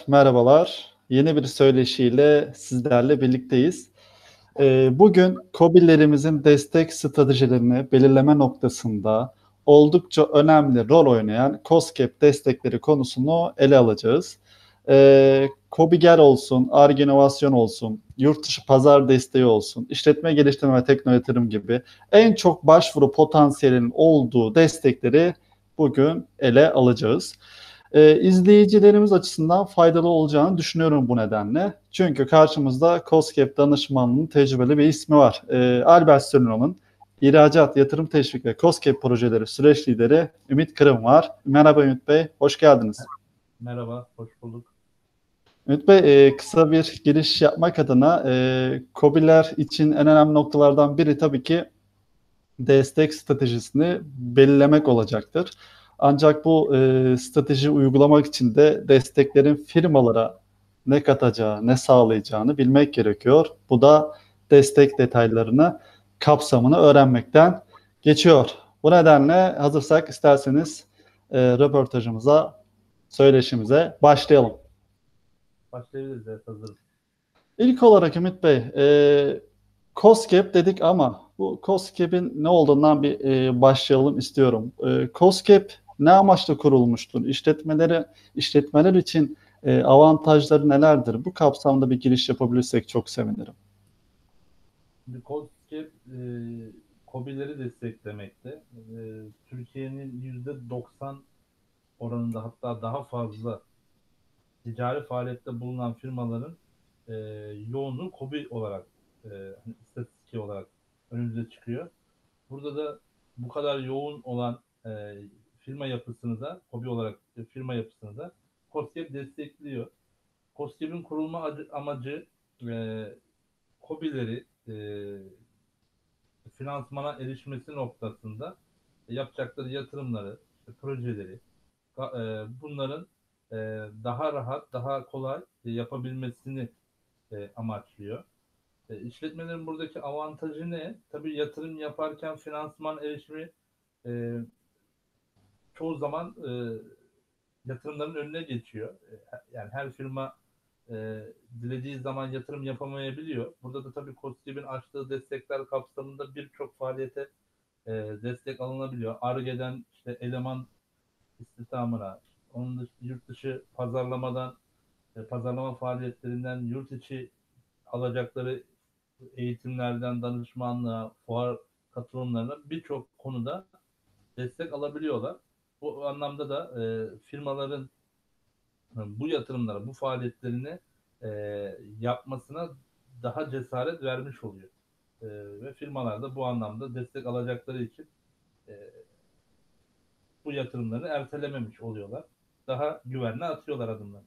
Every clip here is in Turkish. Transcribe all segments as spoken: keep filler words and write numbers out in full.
merhabalar. Yeni bir söyleşiyle sizlerle birlikteyiz. Ee, bugün KOBİ'lerimizin destek stratejilerini belirleme noktasında oldukça önemli rol oynayan KOSGEB destekleri konusunu ele alacağız. Ee, KOBİGEL olsun, Ar-Ge inovasyon olsun, yurt dışı pazar desteği olsun, işletme geliştirme ve tekno yatırım gibi en çok başvuru potansiyelinin olduğu destekleri bugün ele alacağız. Ee, izleyicilerimiz açısından faydalı olacağını düşünüyorum bu nedenle. Çünkü karşımızda KOSGEB danışmanlığının tecrübeli bir ismi var. Ee, Albert Sürno'nun İhracat, Yatırım Teşvik ve KOSGEB projeleri süreç lideri Ümit Kırım var. Merhaba Ümit Bey, hoş geldiniz. Merhaba, hoş bulduk. Ümit Bey, e, kısa bir giriş yapmak adına e, KOBİ'ler için en önemli noktalardan biri tabii ki destek stratejisini belirlemek olacaktır. Ancak bu e, strateji uygulamak için de desteklerin firmalara ne katacağı, ne sağlayacağını bilmek gerekiyor. Bu da destek detaylarını, kapsamını öğrenmekten geçiyor. Bu nedenle hazırsak isterseniz e, röportajımıza, söyleşimize başlayalım. Başlayabiliriz, evet, hazırım. İlk olarak Ümit Bey, e, KOSGEB dedik ama bu KOSGEB'in ne olduğundan bir e, başlayalım istiyorum. E, KOSGEB ne amaçla kurulmuştur? İşletmeleri, işletmeler için e, avantajları nelerdir? Bu kapsamda bir giriş yapabilirsek çok sevinirim. Şimdi KOSGEB e, KOBİ'leri desteklemekte. E, Türkiye'nin yüzde doksan oranında, hatta daha fazla ticari faaliyette bulunan firmaların e, yoğunluğu KOBİ olarak, e, hani istatistik olarak önümüze çıkıyor. Burada da bu kadar yoğun olan e, firma yapısını da KOBİ olarak e, firma yapısını da KOSGEB destekliyor. KOSGEB'in kurulma amacı e, KOBİ'leri e, finansmana erişmesi noktasında yapacakları yatırımları, işte projeleri, e, bunların e, daha rahat, daha kolay e, yapabilmesini e, amaçlıyor. E, işletmelerin buradaki avantajı ne? Tabii yatırım yaparken finansman erişimi e, çoğu zaman e, yatırımların önüne geçiyor. E, yani her firma e, dilediği zaman yatırım yapamayabiliyor. Burada da tabii KOSGEB'in açtığı destekler kapsamında birçok faaliyete e, destek alınabiliyor. Ar-Ge'den işte eleman istihdamına, onun dışında yurt dışı pazarlamadan, e, pazarlama faaliyetlerinden, yurt içi alacakları eğitimlerden danışmanlığa, fuar katılımlarına birçok konuda destek alabiliyorlar. Bu anlamda da e, firmaların bu yatırımlara, bu faaliyetlerini e, yapmasına daha cesaret vermiş oluyor. E, ve firmalar da bu anlamda destek alacakları için e, bu yatırımları ertelememiş oluyorlar. Daha güvenli atıyorlar adımları.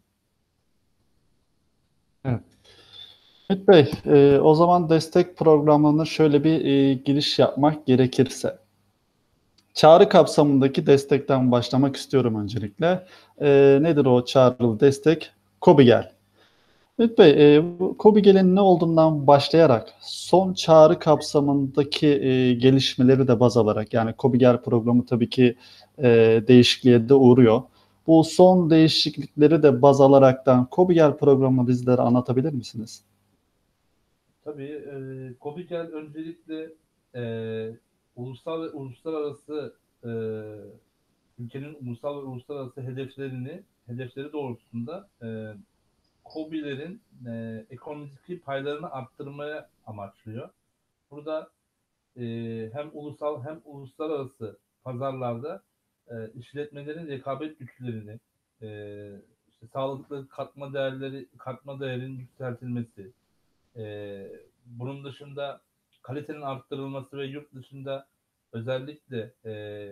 Evet. Ümit Bey, e, o zaman destek programına şöyle bir e, giriş yapmak gerekirse. Çağrı kapsamındaki destekten başlamak istiyorum öncelikle. E, nedir o çağrılı destek? KOBİGEL. Evet Bey, e, bu KOBİGEL'in ne olduğundan başlayarak son çağrı kapsamındaki e, gelişmeleri de baz alarak, yani KOBİGEL programı tabii ki e, değişikliğe de uğruyor. Bu son değişiklikleri de baz alaraktan KOBİGEL programını bizlere anlatabilir misiniz? Tabii e, KOBİGEL öncelikle e, ulusal ve uluslararası e, ülkenin ulusal ve uluslararası hedeflerini hedefleri doğrultusunda e, KOBİ'lerin e, ekonomideki paylarını arttırmaya amaçlıyor. Burada e, hem ulusal hem uluslararası pazarlarda e, işletmelerin rekabet güçlerini, e, işte sağlıklı katma değerleri katma değerin yükseltilmesi, e, bunun dışında kalitenin arttırılması ve yurt dışında özellikle e,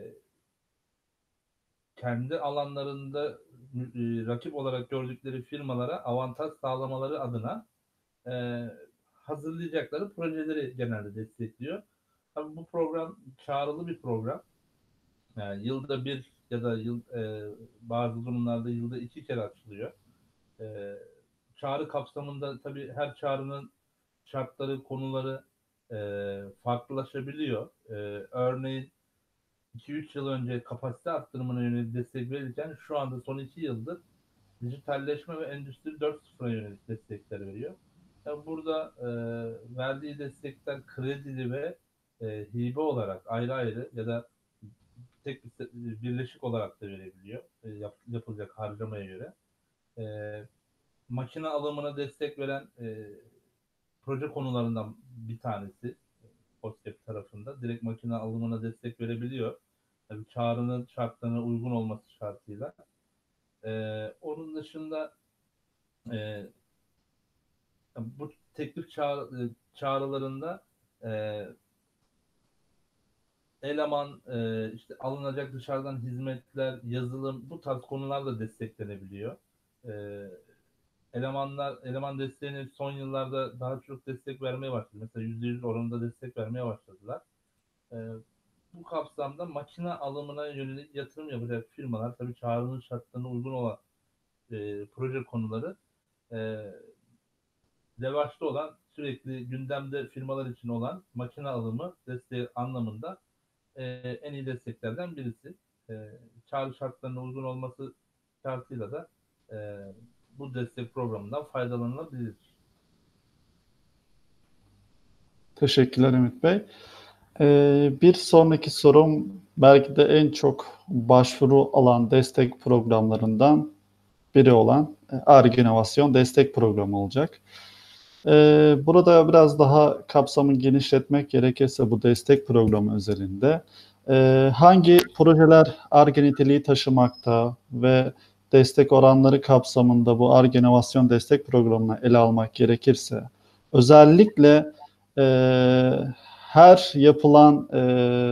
kendi alanlarında e, rakip olarak gördükleri firmalara avantaj sağlamaları adına e, hazırlayacakları projeleri genelde destekliyor. Tabii bu program çağrılı bir program. Yani yılda bir ya da yıl, e, bazı durumlarda yılda iki kere açılıyor. E, çağrı kapsamında tabii her çağrının şartları, konuları e, farklılaşabiliyor. E, örneğin iki üç yıl önce kapasite arttırımına yönelik destek verirken şu anda son iki yıldır dijitalleşme ve Endüstri dört nokta sıfıra yönelik destekler veriyor. Yani burada e, verdiği destekler kredili ve e, hibe olarak ayrı ayrı ya da tek birleşik olarak da verebiliyor e, yap, yapılacak harcamaya göre. E, Makine alımına destek veren e, proje konularından bir tanesi KOSGEB tarafında. Direkt makine alımına destek verebiliyor. Tabii çağrının şartlarına uygun olması şartıyla. E, onun dışında e, bu teklif çağrı, çağrılarında e, eleman, e, işte alınacak dışarıdan hizmetler, yazılım bu tarz konular da desteklenebiliyor. E, elemanlar eleman desteğini son yıllarda daha çok destek vermeye başladı. Mesela yüzde yüz oranında destek vermeye başladılar. E, Bu kapsamda makine alımına yönelik yatırım yapacak firmalar tabii çağrının şartlarına uygun olan e, proje konuları e, revaçta olan sürekli gündemde firmalar için olan makine alımı desteği anlamında e, en iyi desteklerden birisi. E, çağrı şartlarına uygun olması şartıyla da e, bu destek programından faydalanılabilir. Teşekkürler Ümit Bey. Ee, bir sonraki sorum belki de en çok başvuru alan destek programlarından biri olan e, Ar-Ge İnovasyon Destek Programı olacak. Ee, burada biraz daha kapsamı genişletmek gerekirse bu destek programı özelinde e, hangi projeler Ar-Ge niteliği taşımakta ve destek oranları kapsamında bu Ar-Ge İnovasyon Destek Programı'na ele almak gerekirse özellikle e, her yapılan e,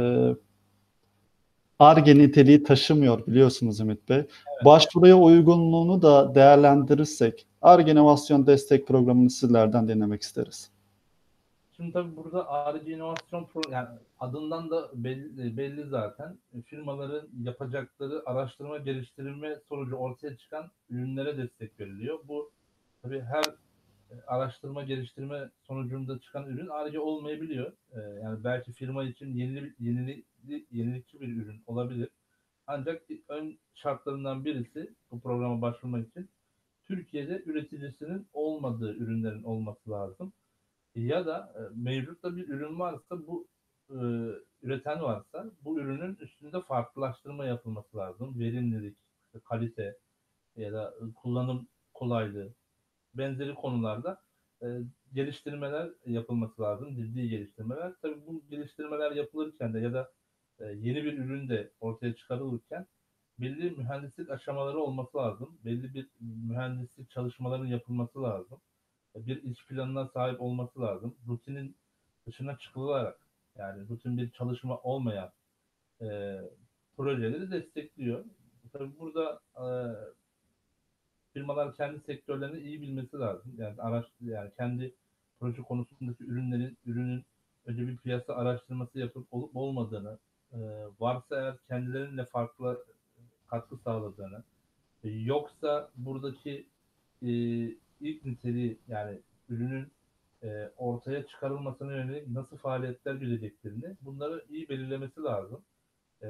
Ar-Ge niteliği taşımıyor biliyorsunuz Ümit Bey. Başvuruya uygunluğunu da değerlendirirsek Ar-Ge İnovasyon Destek Programı'nı sizlerden dinlemek isteriz. Şimdi tabii burada Ar-Ge inovasyon pro yani adından da belli, belli zaten. Firmaların yapacakları araştırma geliştirme sonucu ortaya çıkan ürünlere destek veriliyor. Bu tabii her araştırma geliştirme sonucunda çıkan ürün Ar-Ge olmayabiliyor. Ee, yani belki firma için yeni, yeni, yenilikçi bir ürün olabilir. Ancak ön şartlarından birisi bu programa başvurmak için Türkiye'de üreticisinin olmadığı ürünlerin olması lazım. Ya da e, mevcutta bir ürün varsa bu e, üreten varsa bu ürünün üstünde farklılaştırma yapılması lazım. Verimlilik, işte kalite ya da kullanım kolaylığı benzeri konularda e, geliştirmeler yapılması lazım. Ciddi geliştirmeler. Tabii bu geliştirmeler yapılırken de ya da e, yeni bir ürün de ortaya çıkarılırken belli mühendislik aşamaları olması lazım. Belli bir mühendislik çalışmaların yapılması lazım. Bir iş planına sahip olması lazım. Rutinin dışına çıkılarak yani rutin bir çalışma olmayan e, projeleri destekliyor. Tabii burada e, firmalar kendi sektörlerini iyi bilmesi lazım. Yani araç yani kendi proje konusundaki ürünlerin ürünün önce bir piyasa araştırması yapıp olup olmadığını, e, varsa eğer kendilerine farklı katkı sağladığını, e, yoksa buradaki e, ilk niteliği yani ürünün e, ortaya çıkarılmasına yönelik nasıl faaliyetler güdeceklerini bunları iyi belirlemesi lazım. E,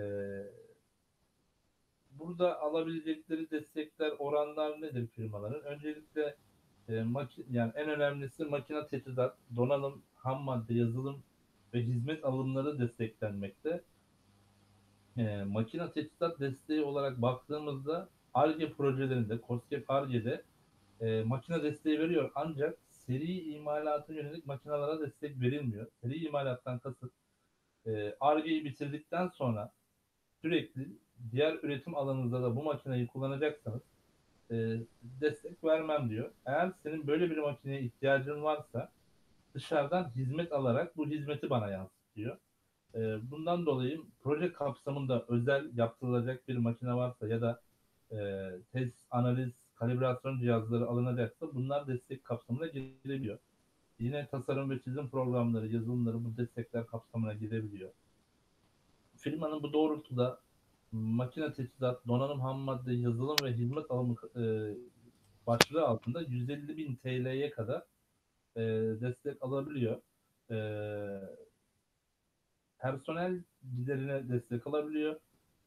Burada alabilecekleri destekler, oranlar nedir firmaların? Öncelikle e, maki- yani en önemlisi makine teçhizat, donanım, ham madde, yazılım ve hizmet alımları desteklenmekte. E, makine teçhizat desteği olarak baktığımızda Ar-Ge projelerinde, KOSGEB Ar-Ge'de e, makine desteği veriyor. Ancak seri imalata yönelik makinelere destek verilmiyor. Seri imalattan kasıt e, Ar-Ge'yi bitirdikten sonra sürekli diğer üretim alanınızda da bu makineyi kullanacaksanız e, destek vermem diyor. Eğer senin böyle bir makineye ihtiyacın varsa dışarıdan hizmet alarak bu hizmeti bana yansıt diyor. E, bundan dolayı proje kapsamında özel yaptırılacak bir makine varsa ya da e, test, analiz, kalibrasyon cihazları alınacaksa bunlar destek kapsamına girebiliyor. Yine tasarım ve çizim programları, yazılımları bu destekler kapsamına girebiliyor. Firmanın bu doğrultuda makine teçhizat, donanım ham madde, yazılım ve hizmet alımı e, başlığı altında yüz elli bin T L'ye kadar e, destek alabiliyor. E, Personel giderine destek alabiliyor.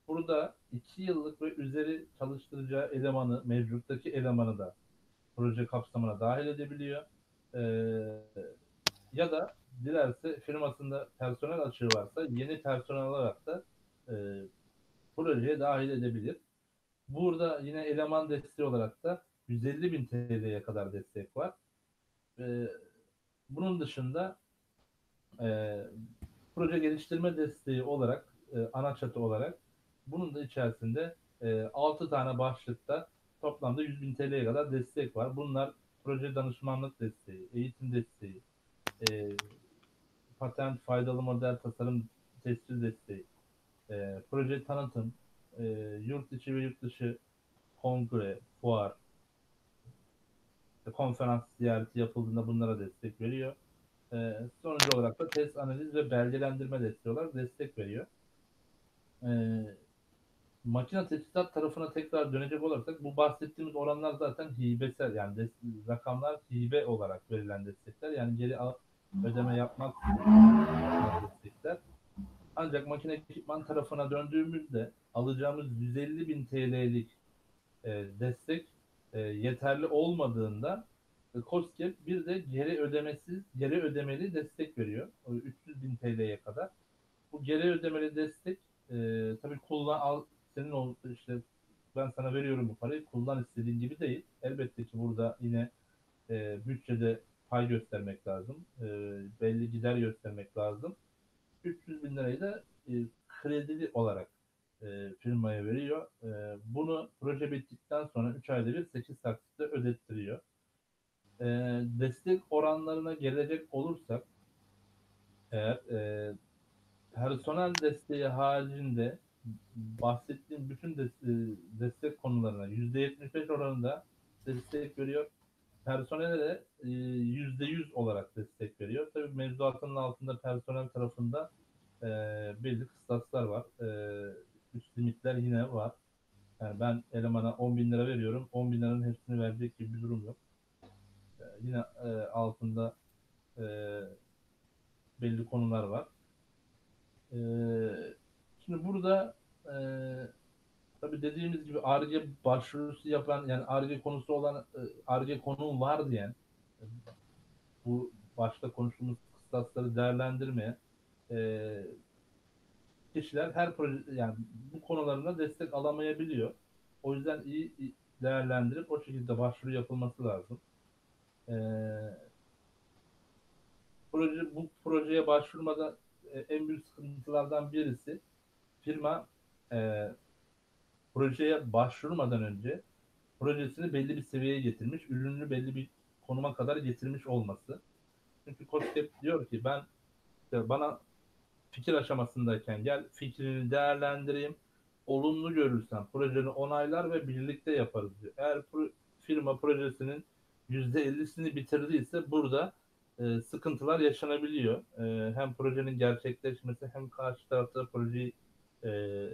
Burada iki yıllık ve üzeri çalıştıracağı elemanı, mevcuttaki elemanı da proje kapsamına dahil edebiliyor. Ee, Ya da dilerse firmasında personel açığı varsa yeni personel alarak da e, projeye dahil edebilir. Burada yine eleman desteği olarak da yüz elli bin T L'ye kadar destek var. Ee, Bunun dışında e, proje geliştirme desteği olarak, e, ana çatı olarak bunun da içerisinde e, altı tane başlıkta toplamda yüz bin T L'ye kadar destek var. Bunlar proje danışmanlık desteği, eğitim desteği, e, patent, faydalı model tasarım tespit desteği, e, proje tanıtım, e, yurt içi ve yurt dışı kongre, fuar, konferans ziyareti yapıldığında bunlara destek veriyor. E, sonucu olarak da test, analiz ve belgelendirme desteği olarak destek veriyor. E, Makine teçhizat tarafına tekrar dönecek olursak bu bahsettiğimiz oranlar zaten hibesel, yani des- rakamlar hibe olarak verilen destekler, yani geri al- ödeme yapmaksızın yapılan destekler. Ancak makine ekipman tarafına döndüğümüzde alacağımız yüz elli bin T L'lik e, destek e, yeterli olmadığında e, KOSGEB bir de geri ödemesiz, geri ödemeli destek veriyor. O üç yüz bin T L'ye kadar. Bu geri ödemeli destek e, tabii kullan al, senin ol, işte ben sana veriyorum bu parayı, kullan istediğin gibi değil. Elbette ki burada yine e, bütçede pay göstermek lazım. E, belli gider göstermek lazım. üç yüz bin lirayı da e, kredili olarak e, firmaya veriyor. E, bunu proje bittikten sonra üç ayda bir sekiz taksitle ödettiriyor. E, Destek oranlarına gelecek olursak eğer, e, personel desteği haricinde bahsettiğim bütün destek, destek konularına yüzde yetmiş beş oranında destek veriyor. Personele de e, yüzde yüz olarak destek veriyor. Tabii mevzuatının altında personel tarafında e, belli kıstaslar var. E, üst limitler yine var. Yani ben elemana on bin lira veriyorum. on bin liranın hepsini verecek gibi bir durum yok. E, yine e, altında e, belli konular var. E, Şimdi burada e, tabii dediğimiz gibi Ar-Ge başvurusu yapan, yani Ar-Ge konusu olan, Ar-Ge konum var diyen, bu başta konuştuğumuz kıstasları değerlendirmeye e, kişiler her proje, yani bu konularında destek alamayabiliyor. O yüzden iyi değerlendirip o şekilde başvuru yapılması lazım. E, proje Bu projeye başvurmada e, en büyük sıkıntılardan birisi firma e, projeye başvurmadan önce projesini belli bir seviyeye getirmiş, ürününü belli bir konuma kadar getirmiş olması. Çünkü KOSGEB diyor ki ben işte bana fikir aşamasındayken gel fikrini değerlendireyim. Olumlu görürsen projeni onaylar ve birlikte yaparız diyor. Eğer pro- firma projesinin yüzde ellisini bitirdiyse burada e, sıkıntılar yaşanabiliyor. E, hem projenin gerçekleşmesi hem karşı tarafta projeyi e,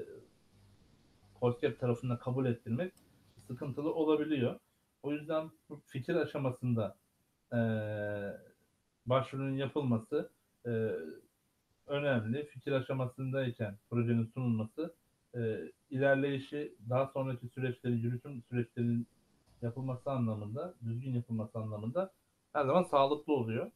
KOSGEB tarafından kabul ettirmek sıkıntılı olabiliyor. O yüzden fikir aşamasında e, başvurunun yapılması e, önemli. Fikir aşamasındayken projenin sunulması e, ilerleyişi, daha sonraki süreçlerin, yürütüm süreçlerinin yapılması anlamında, düzgün yapılması anlamında her zaman sağlıklı oluyor.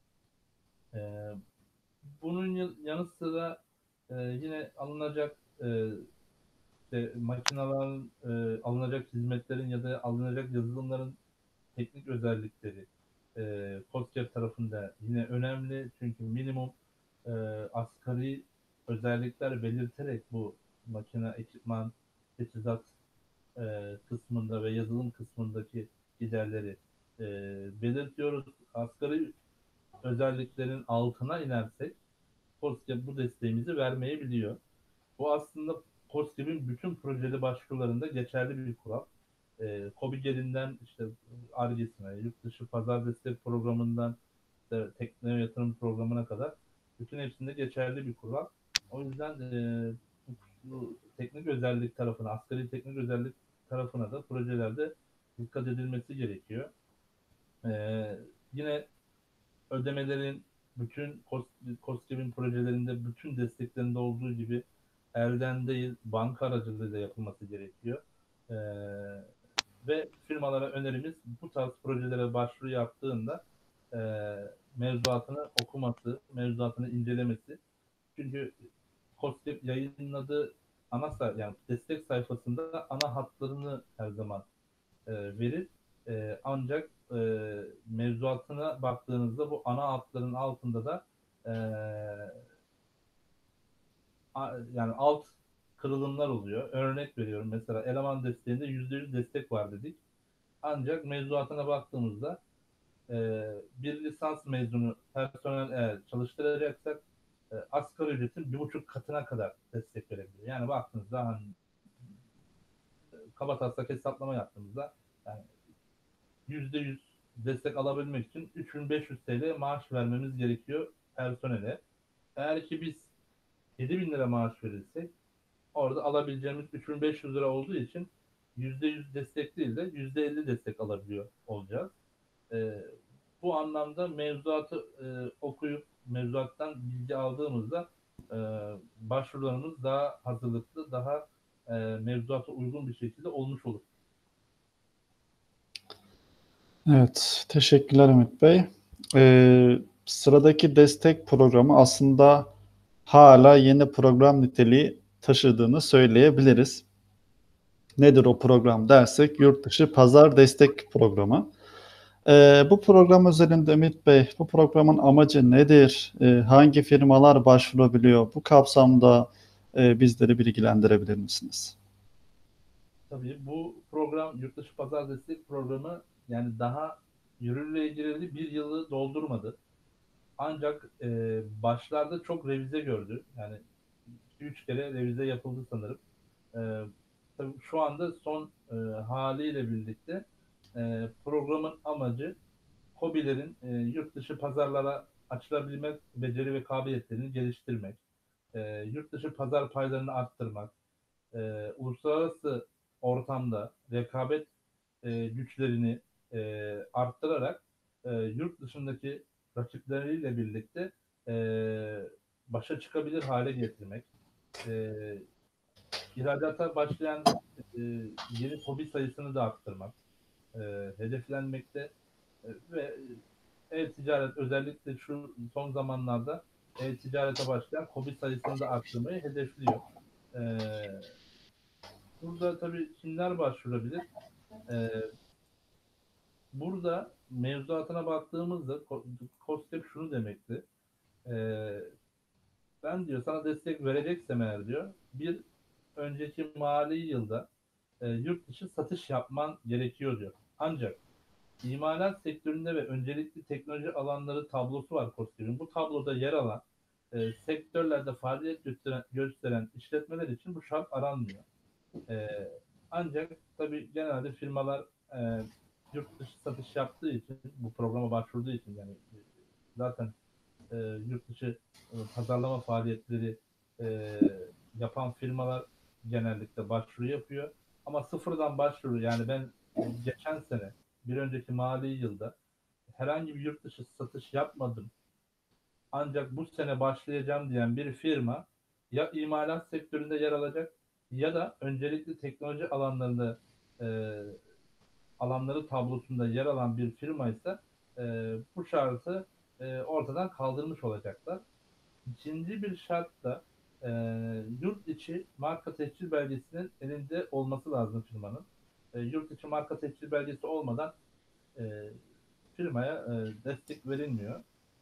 E, Bunun yanı sıra e, yine alınacak e, işte makinelerin, e, alınacak hizmetlerin ya da alınacak yazılımların teknik özellikleri e, KOSGEB tarafında yine önemli. Çünkü minimum e, asgari özellikler belirterek bu makine, ekipman, teçhizat e, kısmında ve yazılım kısmındaki giderleri e, belirtiyoruz. Asgari özelliklerin altına inersek KOSGEB bu desteğimizi vermeyebiliyor. Bu aslında KOSGEB'in bütün projeli başvurularında geçerli bir kural. E, KOBİGEL'inden işte Ar-Ge'sine, yurt dışı pazar destek programından işte tekne yatırım programına kadar bütün hepsinde geçerli bir kural. O yüzden e, bu, bu teknik özellik tarafına, asgari teknik özellik tarafına da projelerde dikkat edilmesi gerekiyor. E, Yine ödemelerin bütün KOSGEB'in projelerinde bütün desteklerinde olduğu gibi elden değil banka aracılığıyla yapılması gerekiyor. E, Ve firmalara önerimiz bu tarz projelere başvuru yaptığında e, mevzuatını okuması, mevzuatını incelemesi. Çünkü KOSGEB yayınladığı ana say- yani destek sayfasında ana hatlarını her zaman e, verir. E, ancak e, mevzuatına baktığınızda bu ana hatların altında da e, a- yani alt kırılımlar oluyor. Örnek veriyorum, mesela eleman desteğinde yüzde yüz destek var dedik. Ancak mevzuatına baktığımızda e, bir lisans mezunu personel eğer çalıştıracaksak e, asgari ücretin bir buçuk katına kadar destek verebiliyor. Yani baktığınızda hani, kabataslak hesaplama yaptığımızda yani yüzde yüz destek alabilmek için üç bin beş yüz T L maaş vermemiz gerekiyor personele. Eğer ki biz yedi bin lira maaş verirsek orada alabileceğimiz üç bin beş yüz lira olduğu için yüzde yüz destek değil de yüzde elli destek alabiliyor olacağız. E, Bu anlamda mevzuatı e, okuyup mevzuattan bilgi aldığımızda e, başvurularımız daha hazırlıklı, daha e, mevzuata uygun bir şekilde olmuş olur. Evet, teşekkürler Ümit Bey. Ee, sıradaki destek programı aslında hala yeni program niteliği taşıdığını söyleyebiliriz. Nedir o program dersek, yurt dışı pazar destek programı. Ee, bu program üzerinde Ümit Bey, bu programın amacı nedir? Ee, hangi firmalar başvurabiliyor? Bu kapsamda e, bizleri bilgilendirebilir misiniz? Tabii bu program, yurt dışı pazar destek programı, yani daha yürürlüğe gireli bir yılı doldurmadı. Ancak e, başlarda çok revize gördü. Yani iki üç kere revize yapıldı sanırım. E, tabii şu anda son e, haliyle birlikte e, programın amacı KOBİ'lerin e, yurt dışı pazarlara açılabilme beceri ve kabiliyetlerini geliştirmek, e, yurt dışı pazar paylarını arttırmak, e, uluslararası ortamda rekabet e, güçlerini e, arttırarak e, yurt dışındaki rakipleriyle birlikte e, başa çıkabilir hale getirmek, e, ihracata başlayan e, yeni KOBİ sayısını da arttırmak, e, hedeflenmekte e, ve e-ticaret, özellikle şu son zamanlarda e-ticarete başlayan KOBİ sayısını da arttırmayı hedefliyor. E, Burada tabii kimler başvurabilir? E, Burada mevzuatına baktığımızda Ko- KOSGEB şunu demekti. E, Ben diyor sana destek vereceksem eğer diyor bir önceki mali yılda e, yurt dışı satış yapman gerekiyor diyor. Ancak İmalat sektöründe ve öncelikli teknoloji alanları tablosu var KOSGEB'in. Bu tabloda yer alan e, sektörlerde faaliyet gösteren, gösteren işletmeler için bu şart aranmıyor. E, Ancak tabii genelde firmalar e, yurt dışı satış yaptığı için, bu programa başvurduğu için, yani e, zaten e, yurt dışı e, pazarlama faaliyetleri e, yapan firmalar genellikle başvuru yapıyor. Ama sıfırdan başvuru, yani ben e, geçen sene, bir önceki mali yılda herhangi bir yurt dışı satış yapmadım, ancak bu sene başlayacağım diyen bir firma ya imalat sektöründe yer alacak ya da öncelikli teknoloji alanlarında e, alanları tablosunda yer alan bir firma ise e, bu şartı e, ortadan kaldırmış olacaklar. İkinci bir şart da e, yurt içi marka tescil belgesinin elinde olması lazım firmanın. E, yurt içi marka tescil belgesi olmadan e, firmaya e, destek verilmiyor.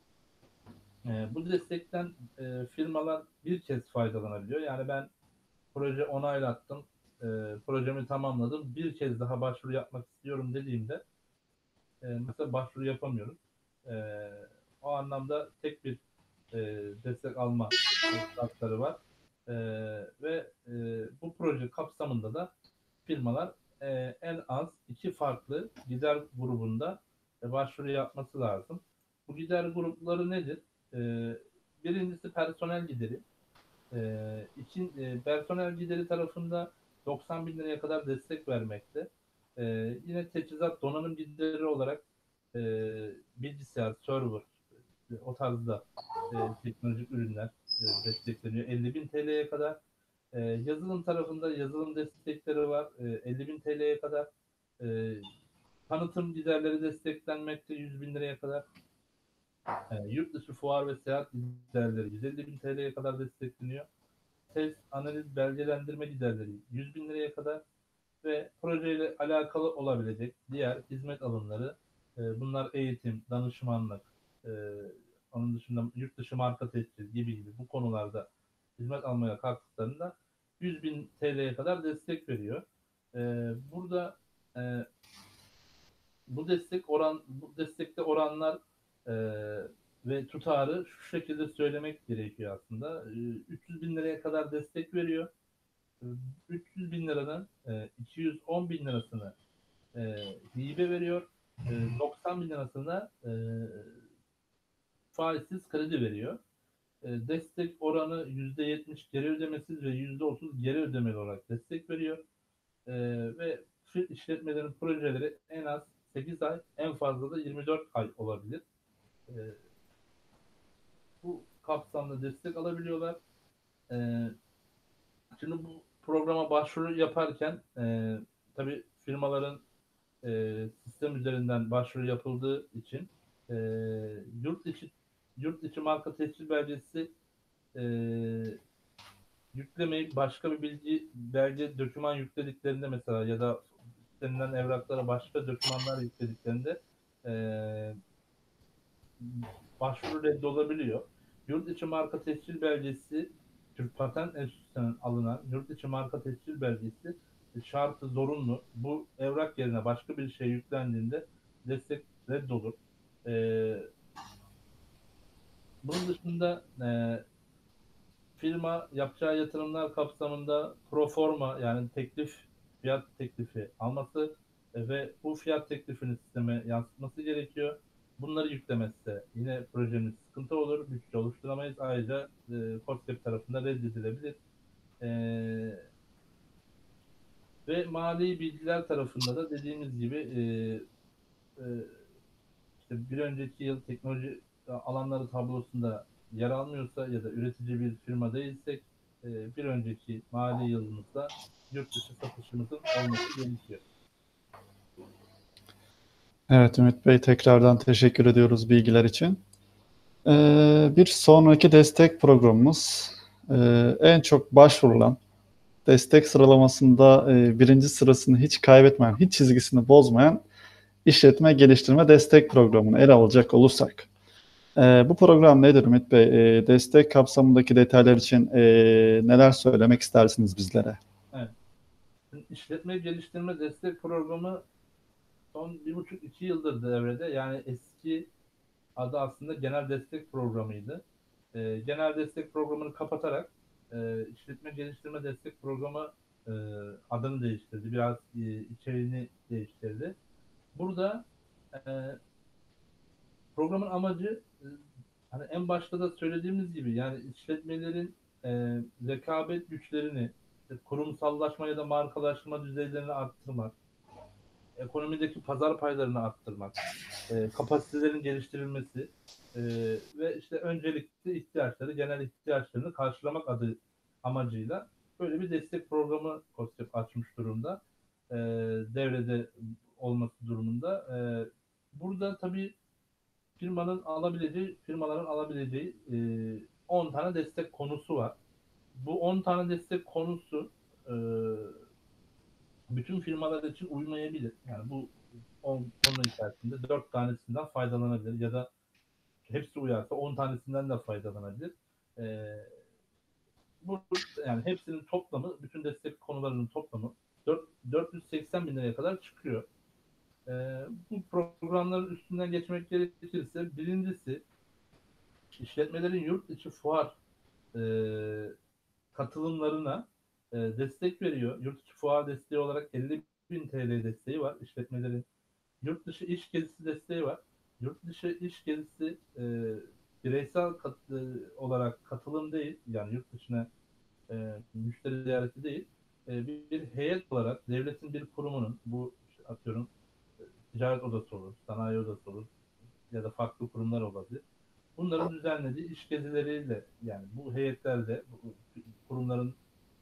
E, bu destekten e, firmalar bir kez faydalanabiliyor. Yani ben proje onaylattım, e, projemi tamamladım, bir kez daha başvuru yapmak istiyorum dediğimde e, mesela başvuru yapamıyorum. E, O anlamda tek bir e, destek alma e, şartları var. E, Ve e, bu proje kapsamında da firmalar e, en az iki farklı gider grubunda e, başvuru yapması lazım. Bu gider grupları nedir? E, Birincisi personel gideri. E, için, e, personel gideri tarafında doksan bin liraya kadar destek vermekte. E, Yine teçhizat donanım gideri olarak e, bilgisayar, server, e, o tarzda e, teknolojik ürünler e, destekleniyor. elli bin T L'ye kadar. E, yazılım tarafında yazılım destekleri var. E, elli bin T L'ye kadar. E, tanıtım giderleri desteklenmekte yüz bin liraya kadar. E, yurt dışı fuar ve seyahat giderleri yüz elli bin T L'ye kadar destekleniyor. Test, analiz, belgelendirme giderleri yüz bin liraya kadar ve projeyle alakalı olabilecek diğer hizmet alımları, e, bunlar eğitim, danışmanlık, e, onun dışında yurt dışı marka tescil gibi gibi bu konularda hizmet almaya kalktıklarında yüz bin T L'ye kadar destek veriyor. E, burada e, bu destek oran bu destekte oranlar e, ve tutarı şu şekilde söylemek gerekiyor aslında. E, üç yüz bin liraya kadar destek veriyor. üç yüz bin liranın e, iki yüz on bin lirasını e, hibe veriyor. E, doksan bin lirasında e, faizsiz kredi veriyor. E, destek oranı yüzde yetmiş geri ödemesiz ve yüzde otuz geri ödemeli olarak destek veriyor. E, ve işletmelerin projeleri en az sekiz ay, en fazla da yirmi dört ay olabilir. E, bu kapsamda destek alabiliyorlar. E, şimdi bu programa başvuru yaparken e, tabii firmaların e, sistem üzerinden başvuru yapıldığı için e, yurt içi yurt içi marka tescil belgesi e, yüklemeyip başka bir bilgi belge doküman yüklediklerinde mesela ya da istenilen evraklara başka dokümanlar yüklediklerinde e, başvuru reddolabiliyor. Yurt içi marka tescil belgesi Türk Patent Enstitüsü'nden alınan yurt içi marka tescil belgesi şartı zorunlu. Bu evrak yerine başka bir şey yüklendiğinde destek reddolur. Ee, bunun dışında e, firma yapacağı yatırımlar kapsamında pro forma yani teklif fiyat teklifi alması e, ve bu fiyat teklifini sisteme yansıtması gerekiyor. Bunları yüklemezse yine projemiz sıkıntı olur, bütçe oluşturamayız. Ayrıca e, KOSGEB tarafından reddedilebilir. E, ve mali bilgiler tarafında da dediğimiz gibi e, e, işte bir önceki yıl teknoloji alanları tablosunda yer almıyorsa ya da üretici bir firma değilsek e, bir önceki mali yılımızda yurt dışı satışımızın olması gerekiyor. Evet Ümit Bey, tekrardan teşekkür ediyoruz bilgiler için. Ee, bir sonraki destek programımız e, en çok başvurulan destek sıralamasında e, birinci sırasını hiç kaybetmeyen, hiç çizgisini bozmayan işletme geliştirme destek programını ele alacak olursak. E, bu program nedir Ümit Bey? E, destek kapsamındaki detaylar için e, neler söylemek istersiniz bizlere? Evet. Şimdi işletme geliştirme destek programı son bir buçuk iki yıldır devrede. Yani eski adı aslında genel destek programıydı. E, genel destek programını kapatarak e, işletme geliştirme destek programı e, adını değiştirdi. Biraz e, içeriğini değiştirdi. Burada e, programın amacı e, hani en başta da söylediğimiz gibi yani işletmelerin e, rekabet güçlerini, işte kurumsallaşma ya da markalaşma düzeylerini arttırmak, ekonomideki pazar paylarını arttırmak, e, kapasitelerin geliştirilmesi e, ve işte öncelikli ihtiyaçları, genel ihtiyaçlarını karşılamak adı amacıyla böyle bir destek programı KOSGEB açmış durumda. E, devrede olması durumunda. E, burada tabii firmanın alabileceği, firmaların alabileceği e, on tane destek konusu var. Bu on tane destek konusu e, bütün firmalar için uymayabilir. Yani bu on konu içerisinde dört tanesinden faydalanabilir ya da hepsi uyarsa on tanesinden de faydalanabilir. E, bu yani hepsinin toplamı, bütün destek konularının toplamı dört yüz seksen bin liraya kadar çıkıyor. E, bu programların üstünden geçmek gerekirse birincisi işletmelerin yurt içi fuar e, katılımlarına e, destek veriyor. Yurt içi fuar desteği olarak elli bin T L desteği var işletmelerin. Yurt dışı iş gezisi desteği var. Yurt dışı iş gezisi e, bireysel kat, e, olarak katılım değil, yani yurt dışına e, müşteri ziyareti değil, e, bir, bir heyet olarak devletin bir kurumunun, bu işte atıyorum e, ticaret odası olur, sanayi odası olur ya da farklı kurumlar olabilir. Bunların düzenlediği iş gezileriyle yani bu heyetlerle bu kurumların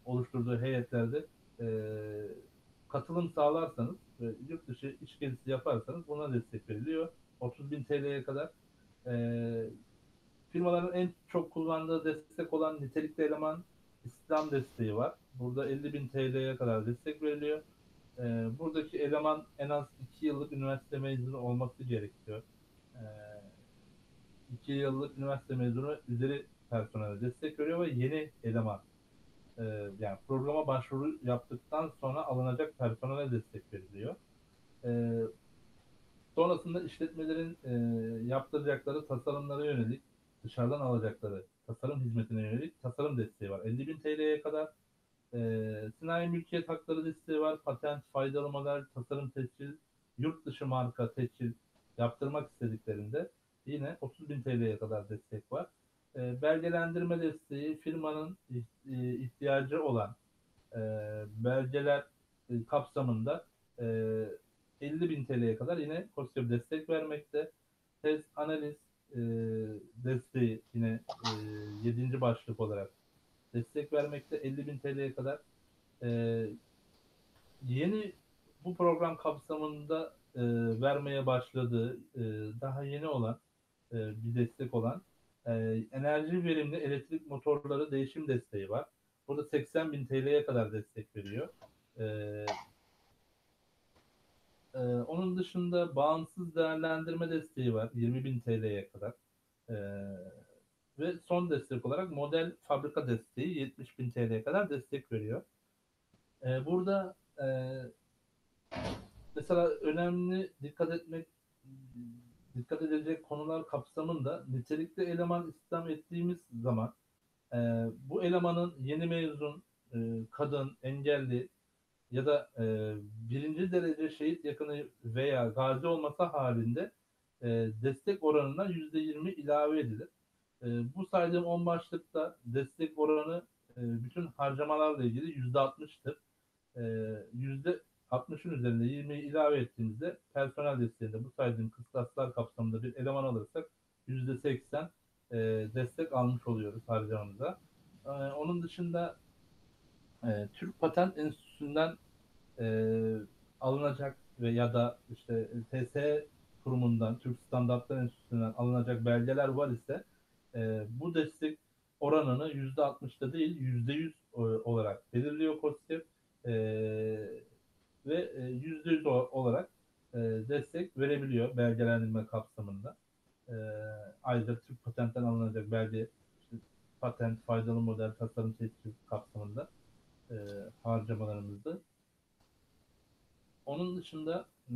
oluşturduğu heyetlerde e, katılım sağlarsanız, e, yurt dışı iş gezisi yaparsanız buna destek veriliyor. otuz bin T L'ye kadar. E, Firmaların en çok kullandığı destek olan nitelikli eleman istihdam desteği var. Burada elli bin T L'ye kadar destek veriliyor. E, buradaki eleman en az iki yıllık üniversite mezunu olması gerekiyor. E, iki yıllık üniversite mezunu üzeri personele destek veriyor ve yeni eleman, e, yani programa başvuru yaptıktan sonra alınacak personele destek veriliyor. E, Sonrasında işletmelerin e, yaptıracakları tasarımlara yönelik, dışarıdan alacakları tasarım hizmetine yönelik tasarım desteği var. elli bin T L'ye kadar e, sanayi mülkiyet hakları desteği var. Patent, faydalı model, tasarım tescil, yurt dışı marka tescil yaptırmak istediklerinde yine otuz bin T L'ye kadar destek var. E, belgelendirme desteği, firmanın e, ihtiyacı olan e, belgeler e, kapsamında e, elli bin T L'ye kadar yine KOSGEB destek vermekte. Tez analiz e, desteği yine e, yedinci başlık olarak destek vermekte elli bin T L'ye kadar. E, Yeni bu program kapsamında e, vermeye başladığı e, daha yeni olan e, bir destek olan e, enerji verimli elektrik motorları değişim desteği var. Burada seksen bin T L'ye kadar destek veriyor. E, e, Onun dışında bağımsız değerlendirme desteği var yirmi bin T L'ye kadar. E, Ve son destek olarak model fabrika desteği yetmiş bin T L'ye kadar destek veriyor. E, burada e, mesela önemli dikkat etmek dikkat edilecek konular kapsamında nitelikli eleman istihdam ettiğimiz zaman e, bu elemanın yeni mezun, e, kadın, engelli ya da e, birinci derece şehit yakını veya gazi olması halinde e, destek oranından yüzde yirmi ilave edilir. E, bu saydığım on başlıkta destek oranı e, bütün harcamalarla ilgili yüzde altmıştır. E, yüzde altmışın üzerinde yirmiyi ilave ettiğimizde personel desteğinde bu saydığım kıstaslar kapsamında bir eleman alırsak yüzde seksen e, destek almış oluyoruz harcamamıza. E, onun dışında e, Türk Patent Enstitüsü'nden e, alınacak ve ya da işte T S kurumundan, Türk Standartlar Enstitüsü'nden alınacak belgeler var ise e, bu destek oranını yüzde altmışta değil yüzde yüz olarak belirliyor KOSGEB e, ve yüzde yüz olarak e, destek verebiliyor belgelendirme kapsamında. E, Ayrıca Türk Patent'ten alınacak belge, işte patent, faydalı model, tasarım seçim kapsamında e, harcamalarımızda. Onun dışında e,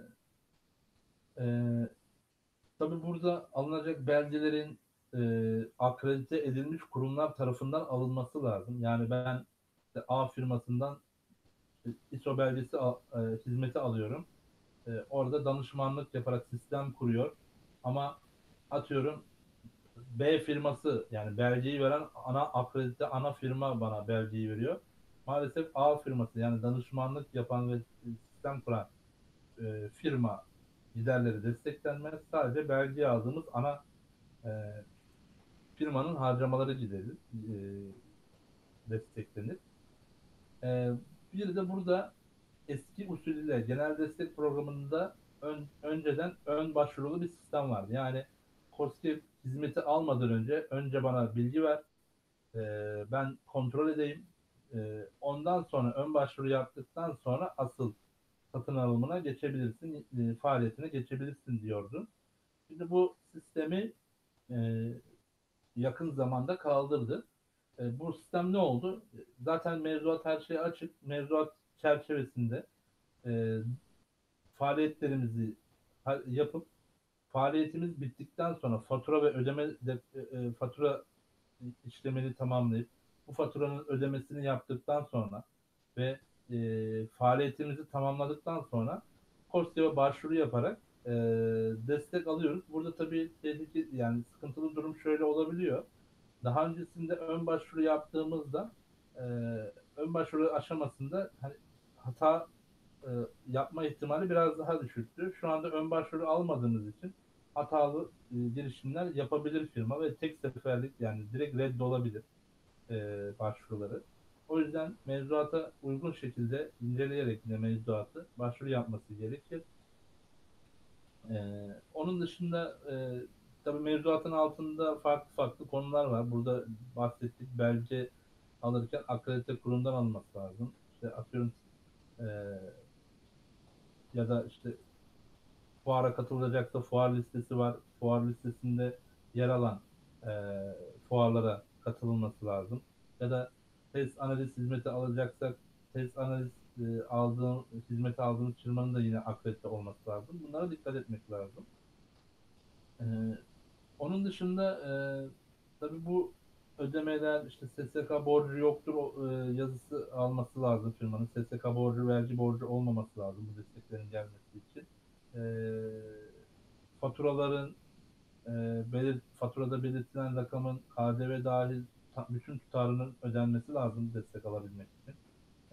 e, tabii burada alınacak belgelerin e, akredite edilmiş kurumlar tarafından alınması lazım. Yani ben işte A firmasından I S O belgesi al- e, hizmeti alıyorum. E, orada danışmanlık yaparak sistem kuruyor. Ama atıyorum B firması, yani belgeyi veren ana akredite ana firma bana belgeyi veriyor. Maalesef A firması, yani danışmanlık yapan ve sistem kuran e, firma giderleri desteklenmez. Sadece belge aldığımız ana e, firmanın harcamaları gideri e, desteklenir. E, Bir de burada eski usul ile genel destek programında ön, önceden ön başvurulu bir sistem vardı. Yani KOSGEB hizmeti almadan önce önce bana bilgi ver, e, ben kontrol edeyim. E, ondan sonra ön başvuru yaptıktan sonra asıl satın alımına geçebilirsin, e, faaliyetine geçebilirsin diyordu. Şimdi bu sistemi e, yakın zamanda kaldırdı. E, bu sistem ne oldu? Zaten mevzuat her şey açık. Mevzuat çerçevesinde e, faaliyetlerimizi yapıp faaliyetimiz bittikten sonra fatura ve ödeme de, e, e, fatura işlemini tamamlayıp bu faturanın ödemesini yaptıktan sonra ve e, faaliyetimizi tamamladıktan sonra KOSGEB'e başvuru yaparak e, destek alıyoruz. Burada tabii tehlike, yani sıkıntılı durum şöyle olabiliyor. Daha öncesinde ön başvuru yaptığımızda e, ön başvuru aşamasında hani hata e, yapma ihtimali biraz daha düşüktü. Şu anda ön başvuru almadığımız için hatalı e, girişimler yapabilir firma ve tek seferlik, yani direkt reddolabilir e, başvuruları. O yüzden mevzuata uygun şekilde inceleyerek yine mevzuatı başvuru yapması gerekir. Ee, onun dışında e, tabii mevzuatın altında farklı farklı konular var. Burada bahsettik, belge alırken akredite kurumdan alınması lazım. İşte atıyorum e, ya da işte fuara katılacaksa fuar listesi var. Fuar listesinde yer alan e, fuarlara katılılması lazım. Ya da test analiz hizmeti alacaksak test analiz e, aldığım, hizmeti aldığımız firmanın da yine akredite olması lazım. Bunlara dikkat etmek lazım. E, Onun dışında e, tabii bu ödemeler işte S S K borcu yoktur o, e, yazısı alması lazım firmanın. S S K borcu, vergi borcu olmaması lazım bu desteklerin gelmesi için. E, Faturaların e, belir, faturada belirtilen rakamın K D V dahil ta- bütün tutarının ödenmesi lazım destek alabilmek için. E,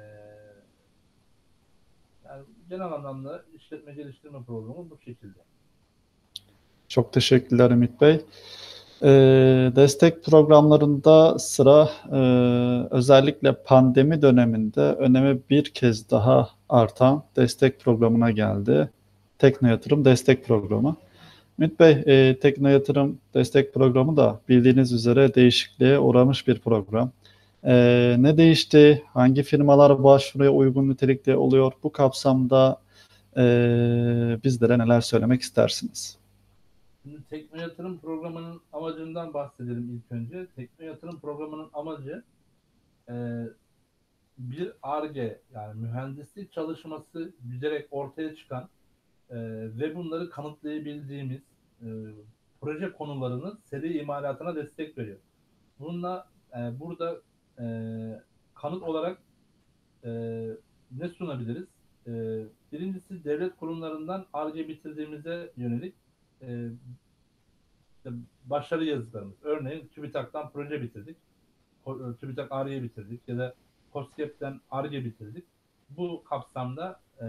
Yani genel anlamda işletme geliştirme programı bu şekilde. Çok teşekkürler Ümit Bey. Ee, destek programlarında sıra e, özellikle pandemi döneminde önemi bir kez daha artan destek programına geldi. Tekno Yatırım Destek Programı. Ümit Bey, e, Tekno Yatırım Destek Programı da bildiğiniz üzere değişikliğe uğramış bir program. E, ne değişti? Hangi firmalar başvuruya uygun nitelikte oluyor? Bu kapsamda e, bizlere neler söylemek istersiniz? Şimdi Tekno Yatırım Programı'nın amacından bahsedelim ilk önce. Tekno Yatırım Programı'nın amacı e, bir Ar-Ge yani mühendislik çalışması güderek ortaya çıkan e, ve bunları kanıtlayabildiğimiz e, proje konularının seri imalatına destek veriyor. Bununla e, burada e, kanıt olarak e, ne sunabiliriz? E, Birincisi devlet kurumlarından Ar-Ge bitirdiğimize yönelik e, işte başarı yazılarımız. Örneğin TÜBİTAK'tan proje bitirdik. TÜBİTAK Ar-Ge bitirdik ya da KOSGEB'den Ar-Ge bitirdik. Bu kapsamda e,